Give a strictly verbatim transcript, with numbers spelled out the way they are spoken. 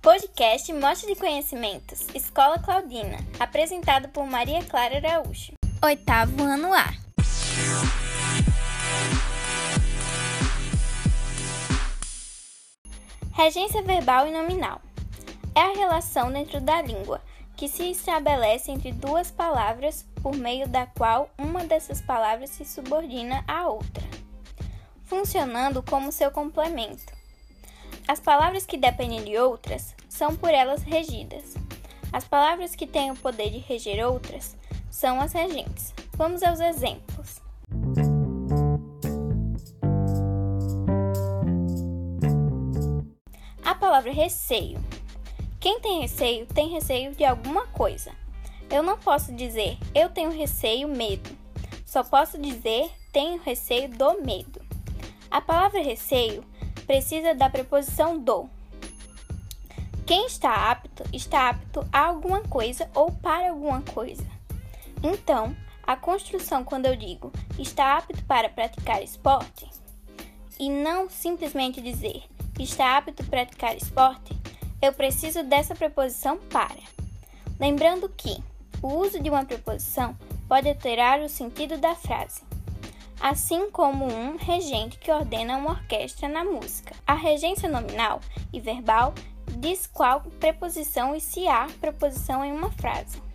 Podcast Mostra de Conhecimentos, Escola Claudina, apresentado por Maria Clara Araújo. Oitavo ano A. Regência verbal e nominal. É a relação dentro da língua, que se estabelece entre duas palavras, por meio da qual uma dessas palavras se subordina à outra, funcionando como seu complemento. As palavras que dependem de outras são por elas regidas. As palavras que têm o poder de reger outras são as regentes. Vamos aos exemplos. A palavra receio. Quem tem receio, tem receio de alguma coisa. Eu não posso dizer eu tenho receio, medo. Só posso dizer tenho receio do medo. A palavra receio precisa da preposição do. Quem está apto, está apto a alguma coisa ou para alguma coisa. Então, a construção quando eu digo está apto para praticar esporte, e não simplesmente dizer está apto para praticar esporte, eu preciso dessa preposição para. Lembrando que o uso de uma preposição pode alterar o sentido da frase, assim como um regente que ordena uma orquestra na música. A regência nominal e verbal diz qual preposição e se há preposição em uma frase.